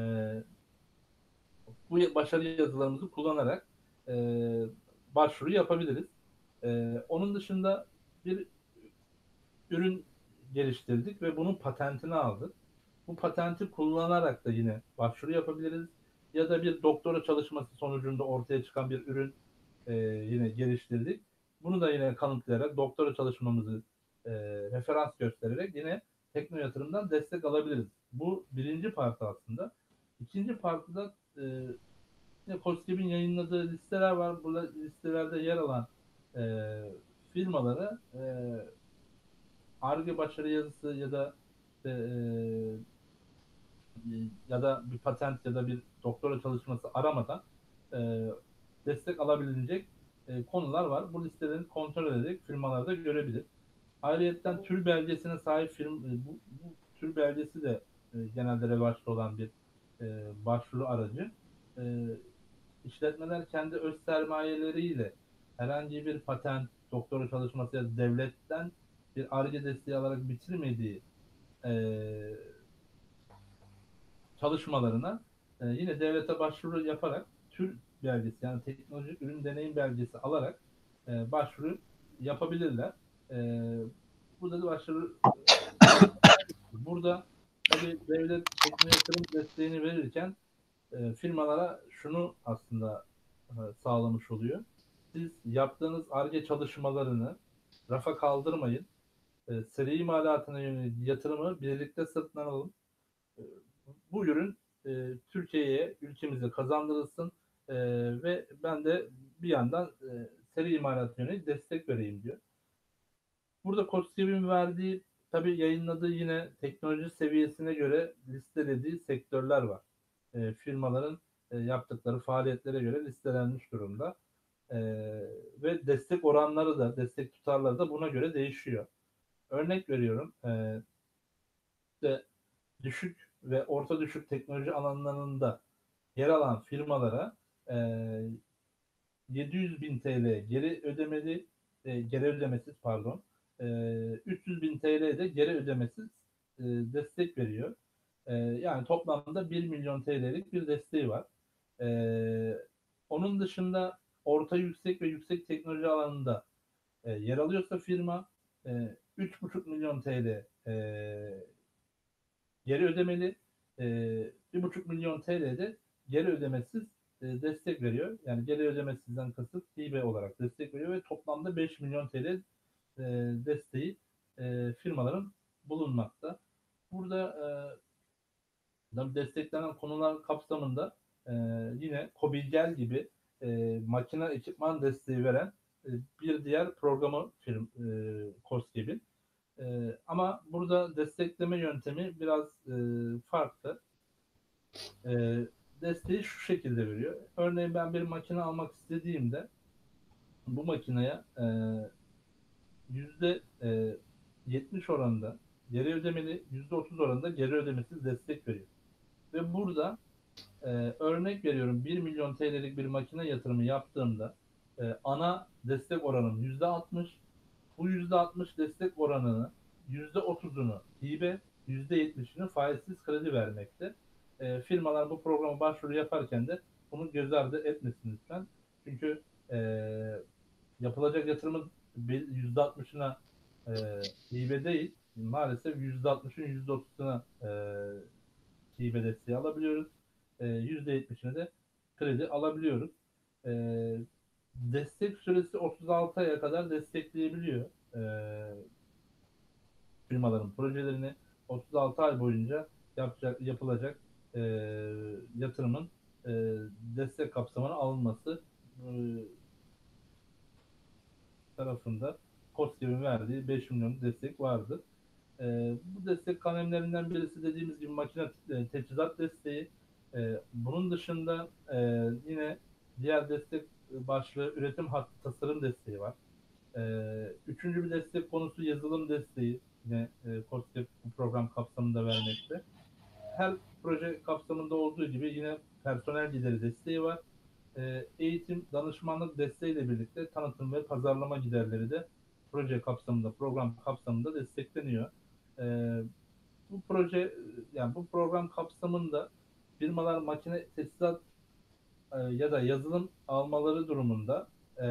bu başarı yazılarımızı kullanarak e, başvuru yapabiliriz. E, onun dışında bir ürün geliştirdik ve bunun patentini aldık. Bu patenti kullanarak da yine başvuru yapabiliriz. Ya da bir doktora çalışması sonucunda ortaya çıkan bir ürün e, yine geliştirdik. Bunu da yine kanıtlayarak doktora çalışmamızı e, referans göstererek yine tekno yatırımdan destek alabiliriz. Bu birinci parti aslında. İkinci partide e, yine KOSGEB'in yayınladığı listeler var. Bu listelerde yer alan e, firmaları e, Ar-Ge başarı yazısı ya da işte, e, ya da bir patent ya da bir doktora çalışması aramadan e, destek alabilecek e, konular var. Bu listeleri kontrol ederek firmalarda görebilir. Ayrıyeten tür belgesine sahip firm, e, bu, bu tür belgesi de e, genelde revaçta olan bir e, başvuru aracı. E, işletmeler kendi öz sermayeleriyle herhangi bir patent, doktora çalışması ya da devletten bir Ar-Ge desteği alarak bitirmediği e, çalışmalarına e, yine devlete başvuru yaparak tür belgesi yani teknolojik ürün deneyim belgesi alarak e, başvuru yapabilirler. E, Burada da başvuru burada tabii devlet teknoloji yatırım desteğini verirken e, firmalara şunu aslında e, sağlamış oluyor. Siz yaptığınız Ar-Ge çalışmalarını rafa kaldırmayın. E, seri imalatına yönelik yatırımı birlikte sırtlan alın. E, Bu ürün e, Türkiye'ye, ülkemize kazandırılsın e, ve ben de bir yandan e, seri imalat yönelik destek vereyim diyor. Burada KOSGEB'in verdiği, tabii yayınladığı yine teknoloji seviyesine göre listelediği sektörler var. E, firmaların e, yaptıkları faaliyetlere göre listelenmiş durumda. E, Ve destek oranları da, destek tutarları da buna göre değişiyor. Örnek veriyorum, e, işte düşük ve orta düşük teknoloji alanlarında yer alan firmalara e, yedi yüz bin T L geri ödemeli, e, geri ödemesiz pardon, e, üç yüz bin T L de geri ödemesiz e, destek veriyor. E, yani toplamda bir milyon T L'lik bir desteği var. E, Onun dışında orta yüksek ve yüksek teknoloji alanında e, yer alıyorsa firma e, üç buçuk milyon T L e, geri ödemeli, e, bir buçuk milyon T L'de geri ödemesiz e, destek veriyor. Yani geri ödemesizden kasıt hibe olarak destek veriyor ve toplamda beş milyon T L e, desteği e, firmaların bulunmakta. Burada e, desteklenen konular kapsamında e, yine Kobilgel gibi e, makine ekipman desteği veren e, bir diğer programı firm e, KOSGEB'in. E, ama burada destekleme yöntemi biraz e, farklı. E, Desteği şu şekilde veriyor. Örneğin ben bir makine almak istediğimde bu makineye e, yüzde e, yetmiş oranında geri ödemeli, yüzde otuz oranında geri ödemesiz destek veriyor. Ve burada e, örnek veriyorum, bir milyon T L'lik bir makine yatırımı yaptığımda e, ana destek oranım yüzde altmış. Bu yüzde altmış destek oranını yüzde otuzunu hibe, yüzde yetmişini faizsiz kredi vermekte. E, firmalar bu programa başvuru yaparken de bunu göz ardı etmesin lütfen. Çünkü e, yapılacak yatırımın yüzde altmışına e, hibe değil, maalesef yüzde altmışın yüzde otuzuna e, hibe desteği alabiliyoruz. E, yüzde yetmişine de kredi alabiliyoruz. E, Destek süresi otuz altı aya kadar destekleyebiliyor e, firmaların projelerini. otuz altı ay boyunca yapacak, yapılacak e, yatırımın e, destek kapsamına alınması e, tarafında KOSGEB'in verdiği beş milyon destek vardır. E, bu destek kalemlerinden birisi dediğimiz gibi makine e, teçhizat desteği. E, bunun dışında e, yine diğer destek başlığı üretim hattı tasarım desteği var. E, üçüncü bir destek konusu yazılım desteği. Yine e, KOSGEB bu program kapsamında vermekte. Her proje kapsamında olduğu gibi yine personel gideri desteği var. E, eğitim, danışmanlık desteğiyle birlikte tanıtım ve pazarlama giderleri de proje kapsamında, program kapsamında destekleniyor. E, Bu proje, yani bu program kapsamında firmalar makine tesisat e, ya da yazılım almaları durumunda e,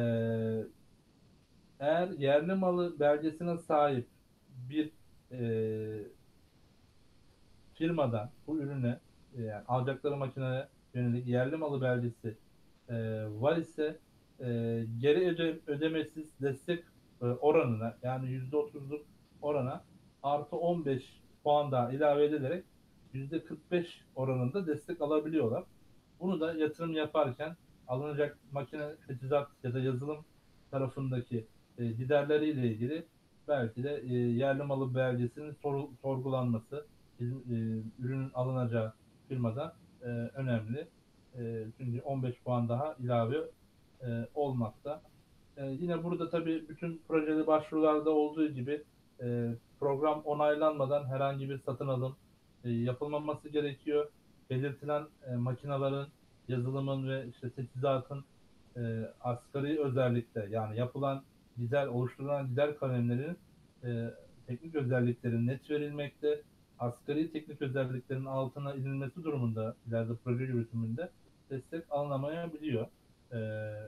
eğer yerli malı belgesine sahip bir e, firmadan bu ürüne e, yani alacakları makineye yönelik yerli malı belgesi e, var ise e, geri öde, ödemesiz destek e, oranına, yani yüzde otuzluk orana artı on beş puan daha ilave edilerek yüzde kırk beş oranında destek alabiliyorlar. Bunu da yatırım yaparken alınacak makine, teçhizat ya da yazılım tarafındaki e, giderleriyle ilgili belki de e, yerli malı belgesinin soru, sorgulanması bizim e, ürünün alınacağı firmada e, önemli. E, çünkü on beş puan daha ilave e, olmakta. E, yine burada tabii bütün projeli başvurularda olduğu gibi e, program onaylanmadan herhangi bir satın alım e, yapılmaması gerekiyor. Belirtilen e, makinaların, yazılımın ve işte teçhizatın e, asgari özellikle, yani yapılan gider, oluşturulan gider kalemlerinin e, teknik özellikleri net verilmekte. Asgari teknik özelliklerin altına inilmesi durumunda ileride proje yürütümünde destek alınamayabiliyor. E,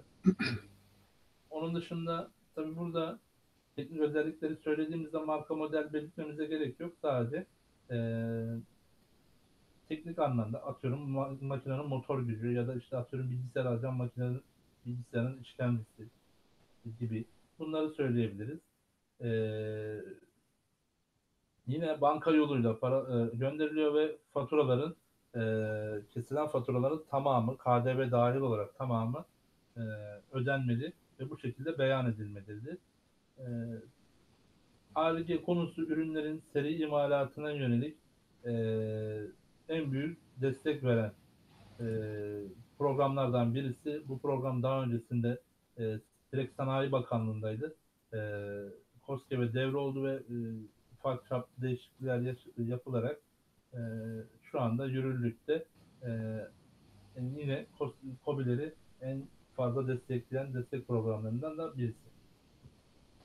Onun dışında tabii burada teknik özellikleri söylediğimizde marka model belirtmemize gerek yok. Sadece e, teknik anlamda atıyorum ma- makinenin motor gücü ya da işte atıyorum bilgisayar alacağım makinenin bilgisayarın işlemcisi gibi bunları söyleyebiliriz. E, Yine banka yoluyla para e, gönderiliyor ve faturaların e, kesilen faturaların tamamı K D V dahil olarak tamamı e, ödenmeli ve bu şekilde beyan edilmelidir. E, Ar-Ge konusu ürünlerin seri imalatına yönelik e, en büyük destek veren e, programlardan birisi. Bu program daha öncesinde e, direkt Sanayi Bakanlığı'ndaydı. E, KOSGEB'e devroldu ve e, ufak çaplı değişiklikler yapılarak e, şu anda yürürlükte. E, Yine KOBİ'leri en fazla destekleyen destek programlarından da birisi.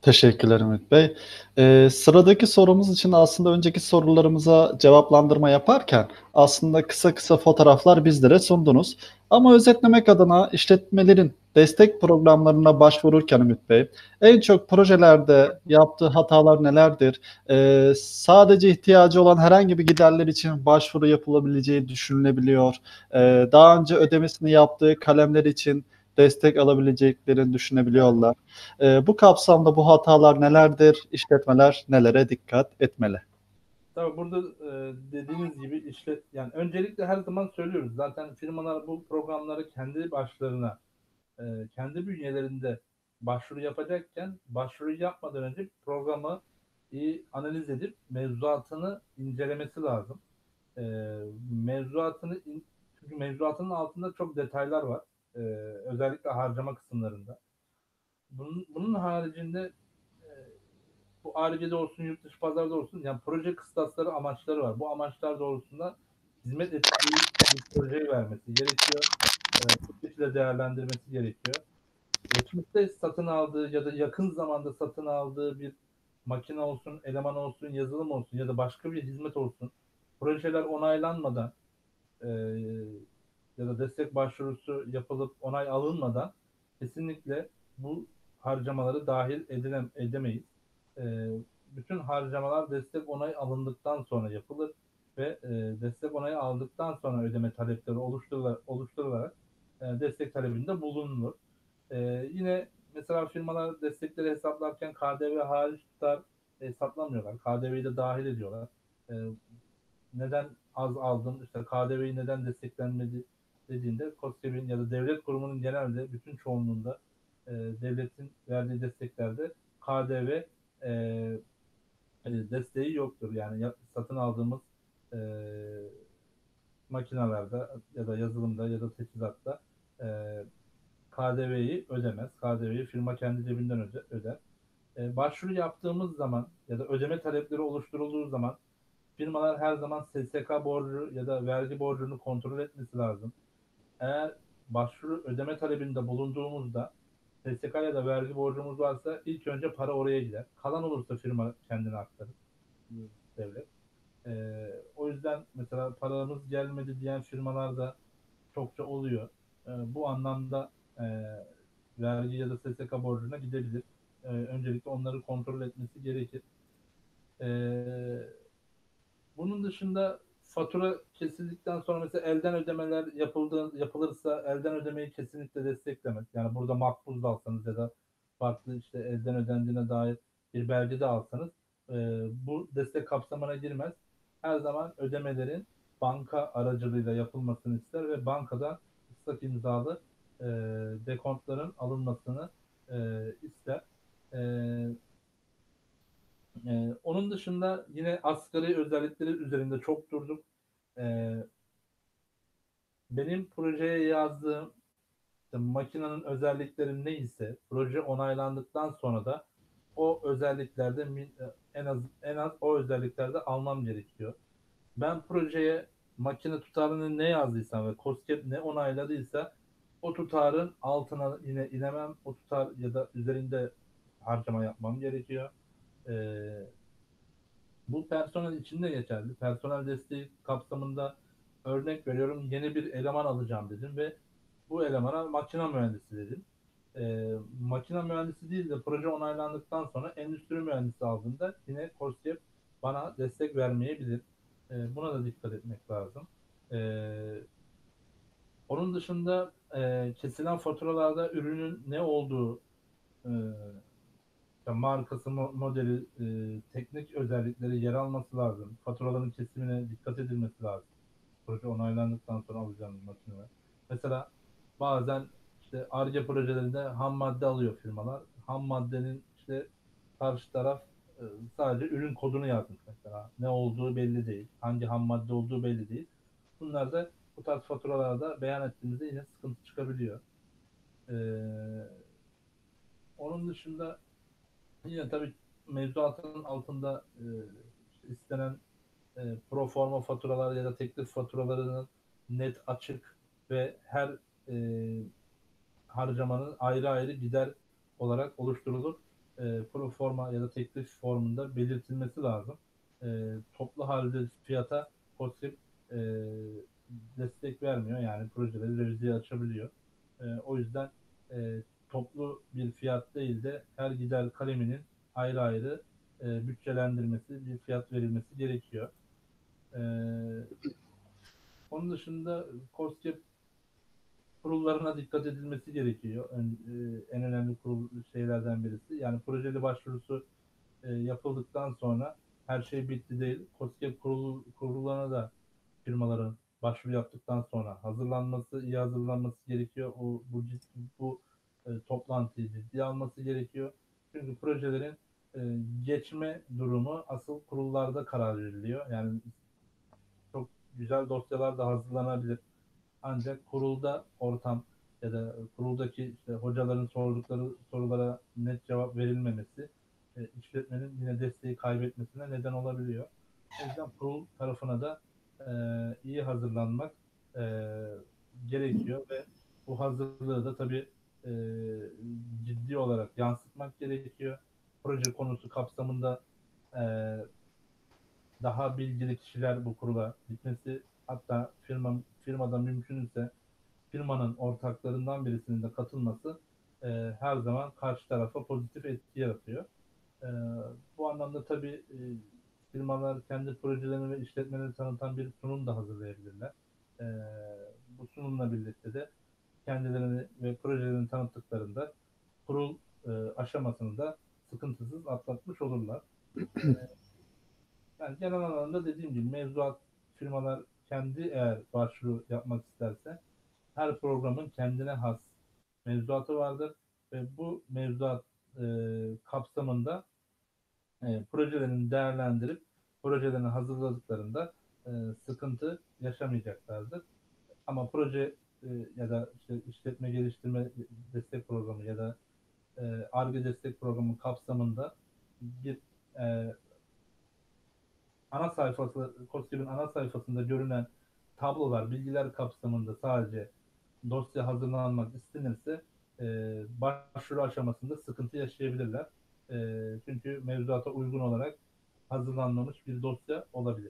Teşekkürler Ümit Bey. Eee, sıradaki sorumuz için aslında önceki sorularımıza cevaplandırma yaparken aslında kısa kısa fotoğraflar bizlere sundunuz. Ama özetlemek adına işletmelerin destek programlarına başvururken Ümit Bey, en çok projelerde yaptığı hatalar nelerdir? Eee, sadece ihtiyacı olan herhangi bir giderler için başvuru yapılabileceği düşünülebiliyor. Eee, daha önce ödemesini yaptığı kalemler için destek alabileceklerini düşünebiliyorlar. Eee, bu kapsamda bu hatalar nelerdir? İşletmeler nelere dikkat etmeli? Tabii burada e, dediğiniz gibi işlet yani öncelikle her zaman söylüyoruz. Zaten firmalar bu programları kendi başlarına, e, kendi bünyelerinde başvuru yapacakken başvuru yapmadan önce programı iyi analiz edip mevzuatını incelemesi lazım. E, mevzuatını in- Çünkü mevzuatının altında çok detaylar var. E, Özellikle harcama kısımlarında. Bunun, bunun haricinde e, bu Ar-Ge'de olsun, yurt dışı pazarda olsun yani proje kıstasları, amaçları var. Bu amaçlar doğrultusunda hizmet ettiği bir projeyi vermesi gerekiyor. E, bu şekilde değerlendirmesi gerekiyor. Geçmişte satın aldığı ya da yakın zamanda satın aldığı bir makine olsun, eleman olsun, yazılım olsun ya da başka bir hizmet olsun. Projeler onaylanmadan e, ya da destek başvurusu yapılıp onay alınmadan kesinlikle bu harcamaları dahil edilem edemeyiz. E, Bütün harcamalar destek onay alındıktan sonra yapılır ve e, destek onayı aldıktan sonra ödeme talepleri oluşturularak, oluşturularak e, destek talebinde bulunulur. E, yine mesela firmalar destekleri hesaplarken K D V hariç tutar hesaplamıyorlar. K D V'yi de dahil ediyorlar. E, Neden az aldım, işte K D V'yi neden desteklenmedi dediğinde KOSGEB'in ya da devlet kurumunun genelde bütün çoğunluğunda e, devletin verdiği desteklerde K D V e, e, desteği yoktur. Yani ya, satın aldığımız e, makinalarda ya da yazılımda ya da teçhizatta e, K D V'yi ödemez. K D V'yi firma kendi cebinden öde, öder. E, başvuru yaptığımız zaman ya da ödeme talepleri oluşturulduğu zaman firmalar her zaman S S K borcu ya da vergi borcunu kontrol etmesi lazım. Eğer başvuru ödeme talebinde bulunduğumuzda S S K ya da vergi borcumuz varsa ilk önce para oraya gider. Kalan olursa firma kendine aktarır devlet. Ee, o yüzden mesela paramız gelmedi diyen firmalar da çokça oluyor. Ee, bu anlamda e, vergi ya da S S K borcuna gidebilir. Ee, öncelikle onları kontrol etmesi gerekir. Ee, Bunun dışında fatura kesildikten sonra mesela elden ödemeler yapıldığı, yapılırsa elden ödemeyi kesinlikle desteklemez. Yani burada makbuz da alsanız ya da farklı işte elden ödendiğine dair bir belge de alsanız e, bu destek kapsamına girmez. Her zaman ödemelerin banka aracılığıyla yapılmasını ister ve bankada ıslak imzalı e, dekontların alınmasını e, ister. E, ee, onun dışında yine asgari özellikleri üzerinde çok durduk. Ee, Benim projeye yazdığım işte makinenin özellikleri neyse proje onaylandıktan sonra da o özelliklerde min- en az en az o özelliklerde almam gerekiyor. Ben projeye makine tutarını ne yazdıysam ve KOSGEB ne onayladıysa o tutarın altına yine inemem. O tutar ya da üzerinde harcama yapmam gerekiyor. Ee, Bu personel için de geçerli. Personel desteği kapsamında örnek veriyorum yeni bir eleman alacağım dedim ve bu elemana makine mühendisi dedim. Ee, makine mühendisi değil de proje onaylandıktan sonra endüstri mühendisi aldığında yine KOSGEB bana destek vermeyebilir. Ee, buna da dikkat etmek lazım. Ee, Onun dışında e, kesilen faturalarda ürünün ne olduğu, e, işte markası, mo- modeli, e, teknik özellikleri yer alması lazım. Faturaların kesimine dikkat edilmesi lazım. Proje onaylandıktan sonra alacağım makineler. Mesela bazen işte Ar-Ge projelerinde ham madde alıyor firmalar. Ham maddenin işte karşı taraf e, sadece ürün kodunu yazmış mesela. Ne olduğu belli değil. Hangi ham madde olduğu belli değil. Bunlar da bu tarz faturalarda beyan ettiğimizde yine sıkıntı çıkabiliyor. Ee, Onun dışında yine tabii mevzuatın altında e, işte istenen e, pro forma faturalar ya da teklif faturalarının net, açık ve her e, harcamanın ayrı ayrı gider olarak oluşturulur. e, pro forma ya da teklif formunda belirtilmesi lazım. E, toplu halde fiyata KOSGEB e, destek vermiyor. Yani projeleri revize açabiliyor. E, o yüzden e, toplu bir fiyat değil de her gider kaleminin ayrı ayrı e, bütçelendirmesi, bir fiyat verilmesi gerekiyor. E, Onun dışında KOSGEB kurullarına dikkat edilmesi gerekiyor. En, e, en önemli kurul şeylerden birisi. Yani projeli başvurusu e, yapıldıktan sonra her şey bitti değil. KOSGEB kurul, kurullarına da firmaların başvuru yaptıktan sonra hazırlanması, iyi hazırlanması gerekiyor. O bu cid- bu e, toplantıyı ciddiye alması gerekiyor. Çünkü projelerin e, geçme durumu asıl kurullarda karar veriliyor. Yani çok güzel dosyalar da hazırlanabilir. Ancak kurulda ortam ya da kuruldaki işte hocaların sordukları sorulara net cevap verilmemesi e, işletmenin yine desteği kaybetmesine neden olabiliyor. O yüzden kurul tarafına da e, iyi hazırlanmak e, gerekiyor ve bu hazırlığı da tabii e, ciddi olarak yansıtmak gerekiyor. Proje konusu kapsamında e, daha bilgili kişiler bu kurula gitmesi, hatta firma firmada mümkünse firmanın ortaklarından birisinin de katılması e, her zaman karşı tarafa pozitif etki yaratıyor. E, Bu anlamda tabii e, firmalar kendi projelerini ve işletmelerini tanıtan bir sunum da hazırlayabilirler. E, Bu sunumla birlikte de kendilerini ve projelerini tanıttıklarında kurul e, aşamasını da sıkıntısız atlatmış olurlar. E, Yani genel anlamda dediğim gibi mevzuat firmalar kendi eğer başvuru yapmak isterse her programın kendine has mevzuatı vardır ve bu mevzuat e, kapsamında e, projelerini değerlendirip projelerini hazırladıklarında e, sıkıntı yaşamayacaklardır. Ama proje e, ya da işte işletme geliştirme destek programı ya da e, Ar-Ge destek programı kapsamında bir e, ana sayfası, KOSGEB'in ana sayfasında görünen tablolar, bilgiler kapsamında sadece dosya hazırlanmak istenirse e, başvuru aşamasında sıkıntı yaşayabilirler. E, Çünkü mevzuata uygun olarak hazırlanmamış bir dosya olabilir.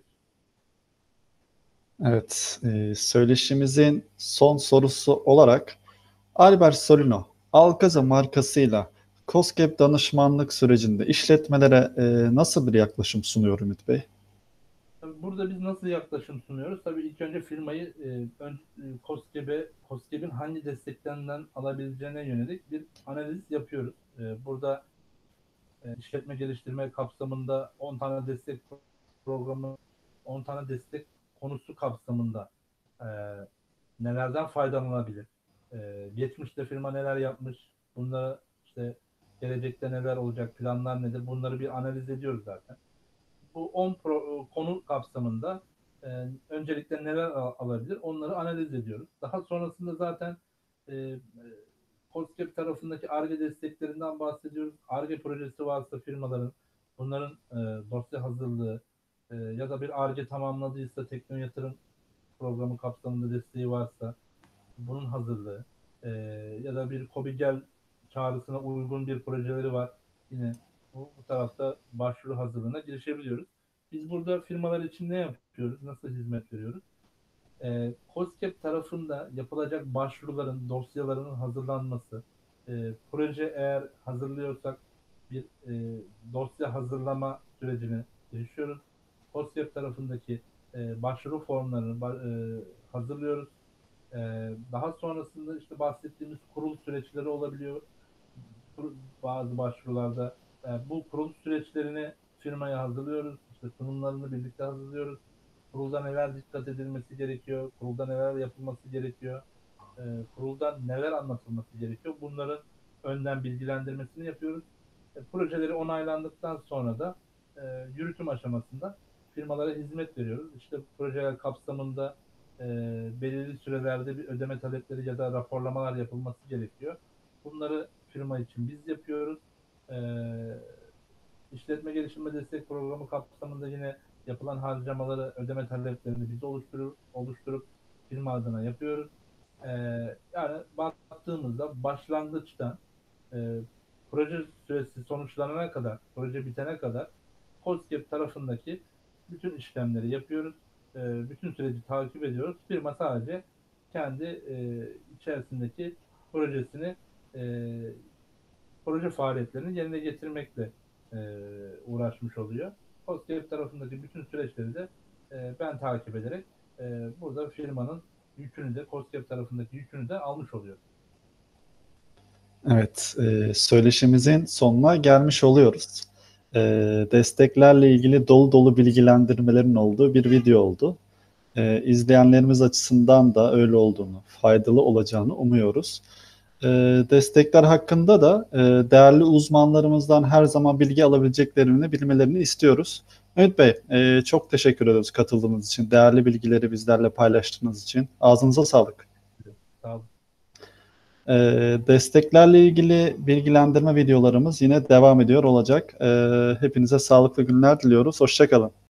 Evet, e, söyleşimizin son sorusu olarak Albert Solino, Alkaza markasıyla KOSGEB danışmanlık sürecinde işletmelere e, nasıl bir yaklaşım sunuyor Ümit Bey? Tabii burada biz nasıl yaklaşım sunuyoruz? Tabii ilk önce firmayı e, ön, e, KOSGEB'e, KOSGEB'in hangi desteklerinden alabileceğine yönelik bir analiz yapıyoruz. E, burada e, işletme geliştirme kapsamında on tane destek programı, on tane destek konusu kapsamında e, nelerden faydalanabilir? E, geçmişte firma neler yapmış? Bunları işte gelecekte neler olacak? Planlar nedir? Bunları bir analiz ediyoruz zaten. Bu on pro, konu kapsamında e, öncelikle neler al- alabilir? Onları analiz ediyoruz. Daha sonrasında zaten e, KOSGEB tarafındaki Ar-Ge desteklerinden bahsediyoruz. Ar-Ge projesi varsa firmaların bunların e, dosya hazırlığı e, ya da bir Ar-Ge tamamladıysa tekno yatırım programı kapsamında desteği varsa bunun hazırlığı e, ya da bir KOBİGEL çağrısına uygun bir projeleri var. Yine bu, bu tarafta başvuru hazırlığına girişebiliyoruz. Biz burada firmalar için ne yapıyoruz? Nasıl hizmet veriyoruz? E, KOSGEB tarafında yapılacak başvuruların, dosyaların hazırlanması, e, proje eğer hazırlıyorsak bir e, dosya hazırlama sürecine girişiyoruz. KOSGEB tarafındaki e, başvuru formlarını ba- e, hazırlıyoruz. E, Daha sonrasında işte bahsettiğimiz kurul süreçleri olabiliyor. Bazı başvurularda e, bu kurul süreçlerini firmaya hazırlıyoruz. İşte sunumlarını birlikte hazırlıyoruz. Kurulda neler dikkat edilmesi gerekiyor, kurulda neler yapılması gerekiyor, e, kurulda neler anlatılması gerekiyor. Bunların önden bilgilendirmesini yapıyoruz. E, projeleri onaylandıktan sonra da e, yürütüm aşamasında firmalara hizmet veriyoruz. İşte projeler kapsamında e, belirli sürelerde bir ödeme talepleri ya da raporlamalar yapılması gerekiyor. Bunları firma için biz yapıyoruz. E, İşletme geliştirme destek programı kapsamında yine yapılan harcamaları, ödeme taleplerini biz oluşturup, oluşturup firma adına yapıyoruz. Ee, Yani baktığımızda başlangıçta e, proje süresi sonuçlanana kadar, proje bitene kadar KOSGEB tarafındaki bütün işlemleri yapıyoruz. E, bütün süreci takip ediyoruz. Firma sadece kendi e, içerisindeki projesini, e, proje faaliyetlerini yerine getirmekle e, uğraşmış oluyor. KOSGEB tarafındaki bütün süreçleri de e, ben takip ederek e, burada firmanın yükünü de, KOSGEB tarafındaki yükünü de almış oluyor. Evet, e, söyleşimizin sonuna gelmiş oluyoruz. E, desteklerle ilgili dolu dolu bilgilendirmelerin olduğu bir video oldu. E, izleyenlerimiz açısından da öyle olduğunu, faydalı olacağını umuyoruz. E, destekler hakkında da e, değerli uzmanlarımızdan her zaman bilgi alabileceklerini bilmelerini istiyoruz. Ümit Bey, e, çok teşekkür ediyoruz katıldığınız için, değerli bilgileri bizlerle paylaştığınız için. Ağzınıza sağlık. Sağ olun. E, desteklerle ilgili bilgilendirme videolarımız yine devam ediyor olacak. E, hepinize sağlıklı günler diliyoruz. Hoşça kalın.